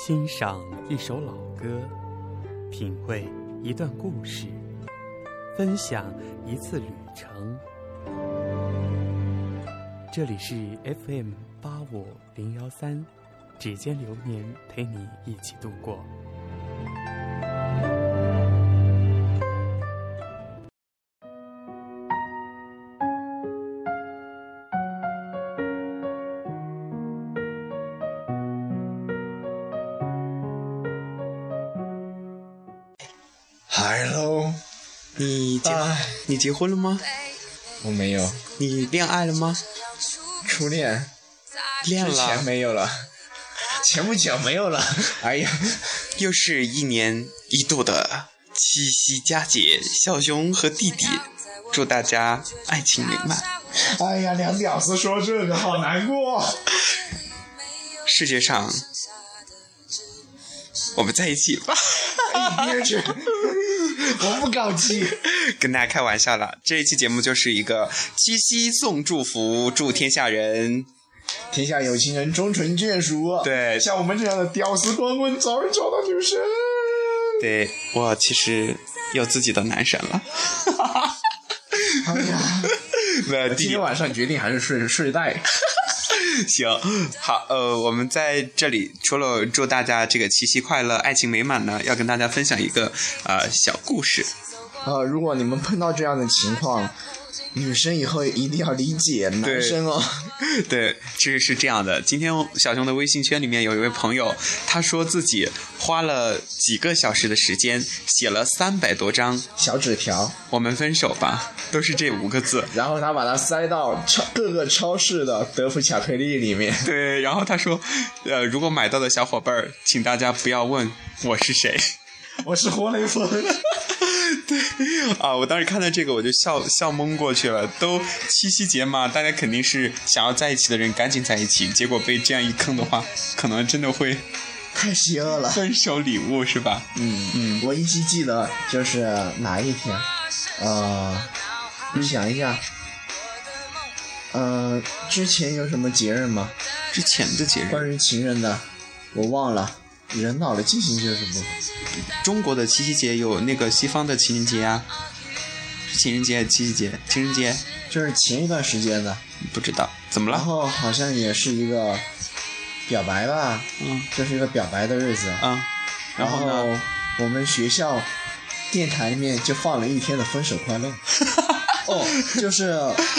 欣赏一首老歌，品味一段故事，分享一次旅程。这里是 FM85013，指尖流年，陪你一起度过。 Hello， 你结婚了吗？ 我没有。 你恋爱了吗？ 初恋恋了， 之前没有了，前不久没有了。哎呀， 又是一年一度的七夕佳节，小熊和弟弟祝大家爱情美满。 哎呀，两屌丝说这个好难过。 世界上，我们在一起吧。 哎，别去，我不搞基。 跟大家开玩笑了，这一期节目就是一个七夕送祝福，祝天下人天下有情人终成眷属。 对， 像我们这样的屌丝光棍早日找到女神。 对，我其实有自己的男神了。 哎呀，今天晚上决定还是睡袋。 行，好，我们在这里除了祝大家这个七夕快乐、爱情美满呢，要跟大家分享一个小故事。 如果你们碰到这样的情况，女生以后一定要理解男生哦。 对，其实是这样的。今天小熊的微信圈里面有一位朋友，他说自己花了几个小时的时间写了300多张小纸条， 我们分手吧，都是这5个字。 然后他把它塞到各个超市的德芙巧克力里面。 对，然后他说，如果买到的小伙伴，请大家不要问我是谁， 我是活雷锋。 对啊，我当时看到这个我就笑懵过去了。都七夕节嘛，大家肯定是想要在一起的人赶紧在一起，结果被这样一坑的话，可能真的会太邪恶了。 分手礼物是吧？ 我依稀记得就是哪一天，你想一下，之前有什么节日吗？ 之前的节日关于情人的，我忘了。人脑的进行节是不？ 中国的七夕节有那个西方的情人节啊，情人节、七夕节、情人节， 就是前一段时间的， 不知道怎么了。 然后好像也是一个表白吧，就是一个表白的日子， 然后呢， 我们学校电台里面就放了一天的分手快乐，就是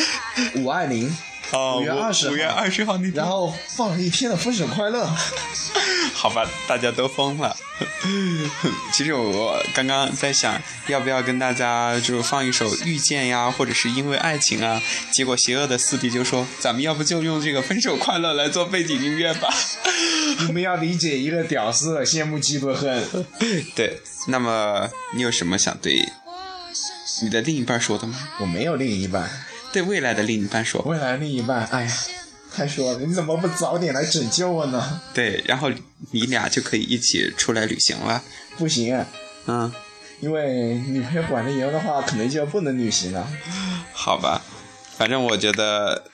520。5月20号那天，然后放了一天的分手快乐。 好吧，大家都疯了。其实我刚刚在想，要不要跟大家就放一首遇见呀，或者是因为爱情啊。结果邪恶的四弟就说，咱们要不就用这个分手快乐来做背景音乐吧。 你们要理解一个屌丝的羡慕嫉妒恨。 对，那么你有什么想对你的另一半说的吗？ 我没有另一半。 对未来的另一半说。 未来另一半，哎呀，太说了，你怎么不早点来拯救我呢？ 对，然后你俩就可以一起出来旅行了。 不行，因为女朋友管得严的话，可能就不能旅行了。 好吧，反正我觉得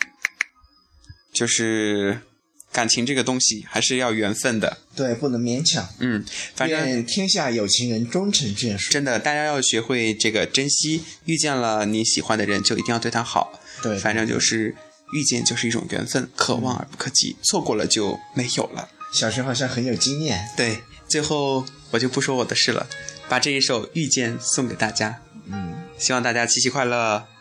就是感情这个东西还是要缘分的。 对，不能勉强。 反正天下有情人终成眷属。 真的，大家要学会这个珍惜，遇见了你喜欢的人就一定要对他好。 对， 反正就是遇见就是一种缘分，可望而不可及，错过了就没有了。 小学好像很有经验。 对，最后我就不说我的事了，把这一首遇见送给大家。希望大家七夕快乐。